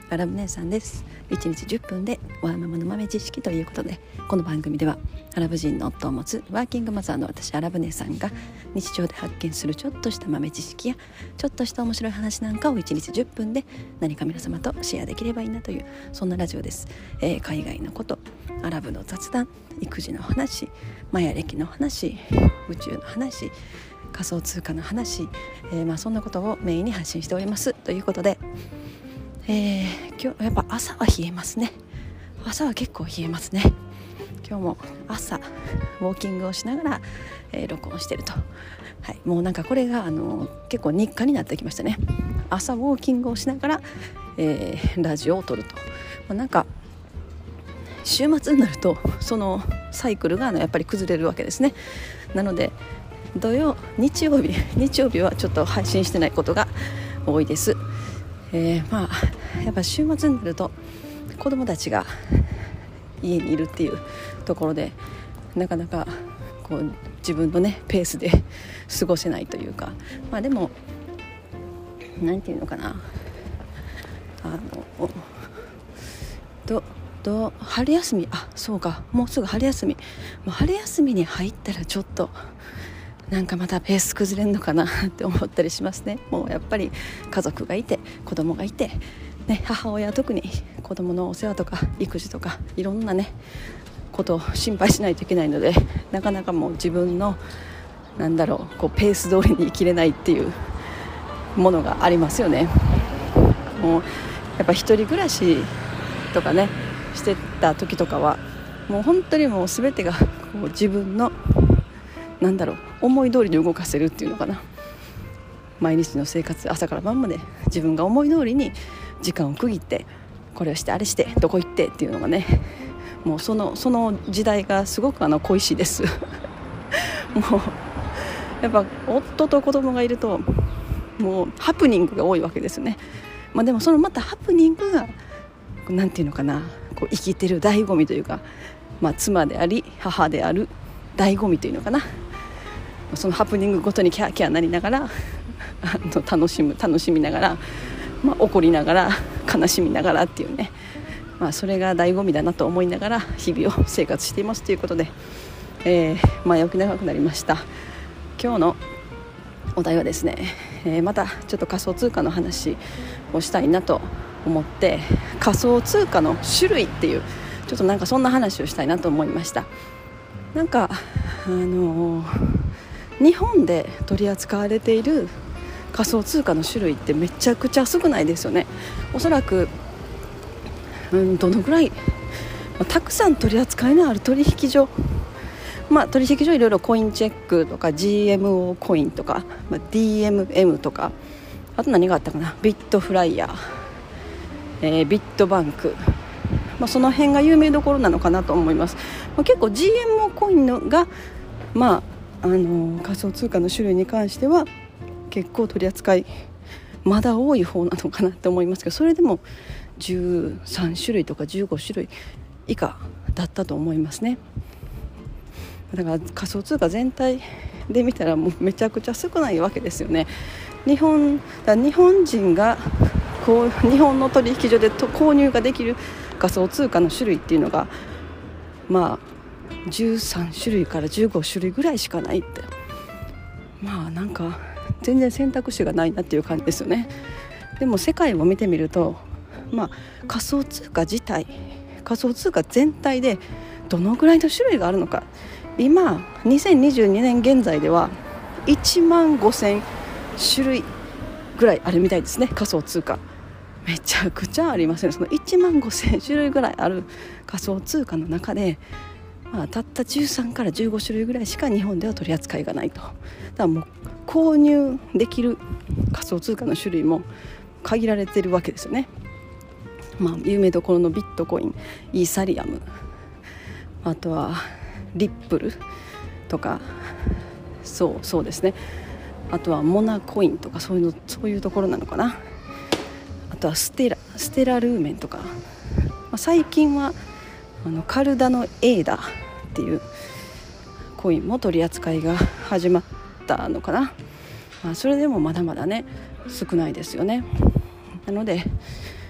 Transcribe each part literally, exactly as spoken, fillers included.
アラブ姉さんです。いちにちじゅっぷんでワーママの豆知識ということで、この番組ではアラブ人の夫を持つワーキングマザーの私アラブ姉さんが日常で発見するちょっとした豆知識やちょっとした面白い話なんかをいちにちじゅっぷんで何か皆様とシェアできればいいなという、そんなラジオです。えー、海外のこと、アラブの雑談、育児の話、マヤ歴の話、宇宙の話、仮想通貨の話、えーまあ、そんなことをメインに発信しておりますということで、えー、今日やっぱ朝は冷えますね。朝は結構冷えますね。今日も朝ウォーキングをしながら、えー、録音してると、はい、もうなんかこれがあの結構日課になってきましたね。朝ウォーキングをしながら、えー、ラジオを撮ると、まあ、なんか週末になるとそのサイクルがあのやっぱり崩れるわけですね。なので土曜日曜日日曜日はちょっと配信してないことが多いです。えー、まあやっぱ週末になると子供たちが家にいるっていうところでなかなかこう自分のねペースで過ごせないというか、まあでもなんていうのかな、あのどど春休みあそうかもうすぐ春休みもう春休みに入ったらちょっとなんかまたペース崩れるのかなって思ったりしますね。もうやっぱり家族がいて子供がいて、ね、母親は特に子供のお世話とか育児とかいろんなねことを心配しないといけないので、なかなかもう自分のなんだろうこうペース通りに生きれないっていうものがありますよね。もうやっぱ一人暮らしとかねしてた時とかはもう本当にもう全てがこう自分のなんだろう思い通りに動かせるっていうのかな。毎日の生活朝から晩まで自分が思い通りに時間を区切ってこれをしてあれしてどこ行ってっていうのがね、もうそのその時代がすごくあの恋しいですもうやっぱ夫と子供がいるともうハプニングが多いわけですね。まあ、でもそのまたハプニングがなんていうのかな、こう生きてる醍醐味というか、まあ、妻であり母である醍醐味というのかな。そのハプニングごとにキャーキャーなりながらあの楽しむ楽しみながら、まあ、怒りながら悲しみながらっていうね、まあ、それが醍醐味だなと思いながら日々を生活していますということで、えー、前置き長くなりました。今日のお題はですね、えー、またちょっと仮想通貨の話をしたいなと思って、仮想通貨の種類っていうちょっとなんかそんな話をしたいなと思いました。なんかあのー、日本で取り扱われている仮想通貨の種類ってめちゃくちゃ少ないですよね。おそらく、うん、どのぐらい、まあ、たくさん取り扱いのある取引所、まあ、取引所いろいろコインチェックとか ジーエムオー コインとか、まあ、ディーエムエム とか、あと何があったかな、ビットフライヤー、えー、ビットバンク、まあ、その辺が有名どころなのかなと思います。まあ、結構 ジーエムオー コインのが、まああのー、仮想通貨の種類に関しては結構取り扱いまだ多い方なのかなと思いますけど、それでもじゅうさんしゅるいとかじゅうごしゅるい以下だったと思いますね。だから仮想通貨全体で見たらもうめちゃくちゃ少ないわけですよね。日本だ日本人がこう日本の取引所でと購入ができる仮想通貨の種類っていうのがまあじゅうさんしゅるいからじゅうごしゅるいぐらいしかないって、まあなんか全然選択肢がないなっていう感じですよね。でも世界を見てみると、まあ、仮想通貨自体仮想通貨全体でどのぐらいの種類があるのか、今にせんにじゅうにねん現在ではいちまんごせんしゅるいぐらいあるみたいですね。仮想通貨めちゃくちゃありますね。そのいちまんごせんしゅるいぐらいある仮想通貨の中で、まあ、たったじゅうさんからじゅうごしゅるいぐらいしか日本では取り扱いがないと。だからもう購入できる仮想通貨の種類も限られているわけですよね。まあ、有名どころのビットコイン、イーサリアム、あとはリップルとか、そうそうですね、あとはモナコインとかそういうのそういうところなのかな。あとはステラステラルーメンとか、まあ、最近はあのカルダノエーダっていうコインも取り扱いが始まったのかな。まあ、それでもまだまだね少ないですよね。なので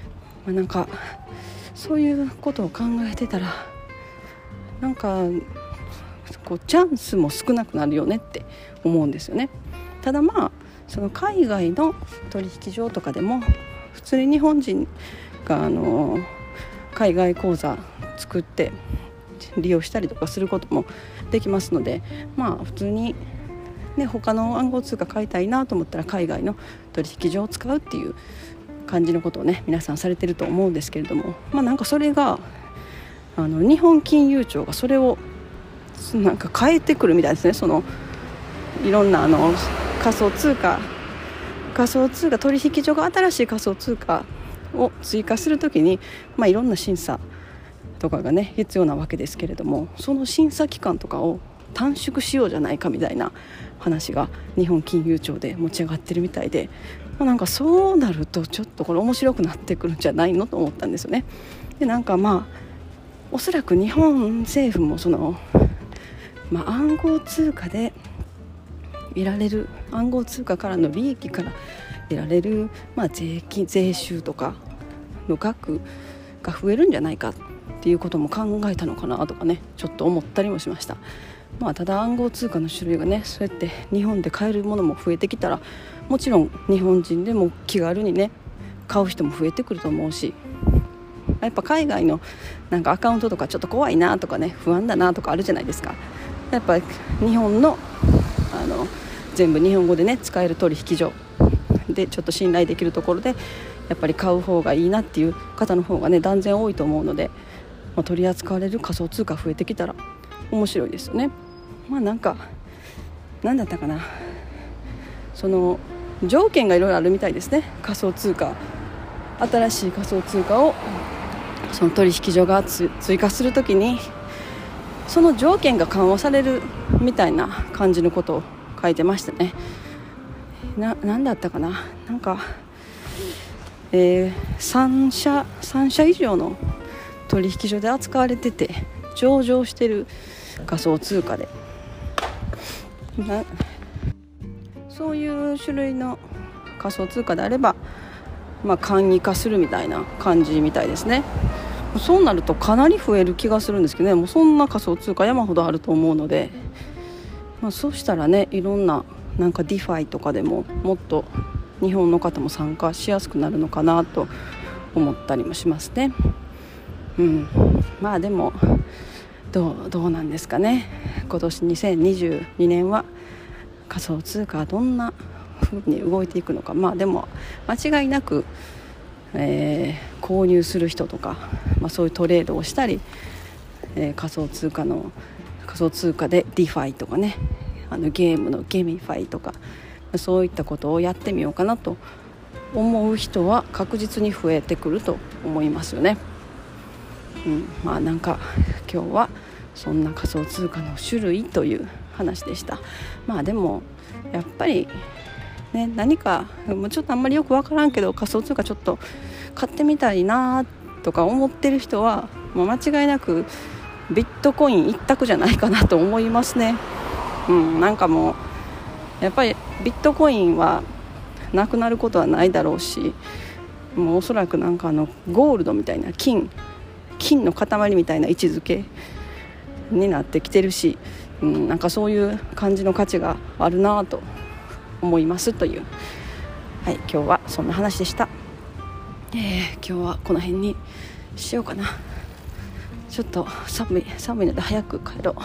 あ、なんかそういうことを考えてたらなんかこうチャンスも少なくなるよねって思うんですよね。ただまあその海外の取引所とかでも普通に日本人があの海外口座作って利用したりとかすることもできますので、まあ普通にね、他の暗号通貨買いたいなと思ったら海外の取引所を使うっていう感じのことをね皆さんされてると思うんですけれども、まあなんかそれがあの日本金融庁がそれをなんか変えてくるみたいですね。そのいろんなあの仮想通貨仮想通貨取引所が新しい仮想通貨を追加するときに、まあ、いろんな審査とかがね必要なわけですけれども、その審査期間とかを短縮しようじゃないかみたいな話が日本金融庁で持ち上がってるみたいで、まあ、なんかそうなるとちょっとこれ面白くなってくるんじゃないのと思ったんですよね。でなんかまあおそらく日本政府もその、まあ、暗号通貨で得られる暗号通貨からの利益から得られる、まあ、税金税収とかの額が増えるんじゃないかっていうことも考えたのかなとかねちょっと思ったりもしました。まあ、ただ暗号通貨の種類がねそうやって日本で買えるものも増えてきたらもちろん日本人でも気軽にね買う人も増えてくると思うし、やっぱ海外のなんかアカウントとかちょっと怖いなとかね不安だなとかあるじゃないですか。やっぱり日本のあの全部日本語でね使える取引所でちょっと信頼できるところでやっぱり買う方がいいなっていう方の方がね断然多いと思うので、まあ、取り扱われる仮想通貨増えてきたら面白いですよね。まあなんか何だったかな、その条件がいろいろあるみたいですね。仮想通貨新しい仮想通貨をその取引所がつ追加するときにその条件が緩和されるみたいな感じのことを書いてましたね。な、なんだったかな、なんか、えー、さん社さん社以上の取引所で扱われてて上場してる仮想通貨でなそういう種類の仮想通貨であれば、まあ、簡易化するみたいな感じみたいですね。そうなるとかなり増える気がするんですけどね。もうそんな仮想通貨山ほどあると思うので、まあ、そうしたらねいろんななんか ディファイ とかでももっと日本の方も参加しやすくなるのかなと思ったりもしますね。うん、まあでもどう、どうなんですかね。今年にせんにじゅうにねんは仮想通貨はどんな風に動いていくのか。まあでも間違いなく、えー、購入する人とか、まあ、そういうトレードをしたり、えー、仮想通貨の仮想通貨で ディファイ とかね、あのゲームのゲミファイとかそういったことをやってみようかなと思う人は確実に増えてくると思いますよね。うん、まあなんか今日はそんな仮想通貨の種類という話でした。まあでもやっぱりね、何かもうちょっとあんまりよく分からんけど仮想通貨ちょっと買ってみたいなとか思ってる人は、まあ、間違いなくビットコイン一択じゃないかなと思いますね。うん、なんかもうやっぱりビットコインはなくなることはないだろうし、もうおそらくなんかあのゴールドみたいな金金の塊みたいな位置づけになってきてるし、うん、なんかそういう感じの価値があるなと思いますという、はい、今日はそんな話でした。えー、今日はこの辺にしようかな。ちょっと寒い寒いので早く帰ろう、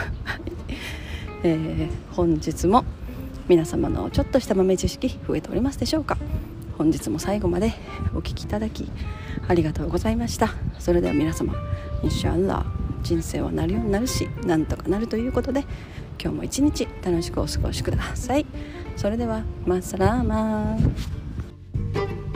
えー、本日も皆様のちょっとした豆知識増えておりますでしょうか。本日も最後までお聞きいただきありがとうございました。それでは皆様、インシャアラ人生はなるようになるしなんとかなるということで、今日も一日楽しくお過ごしください。それではマッサラーマー。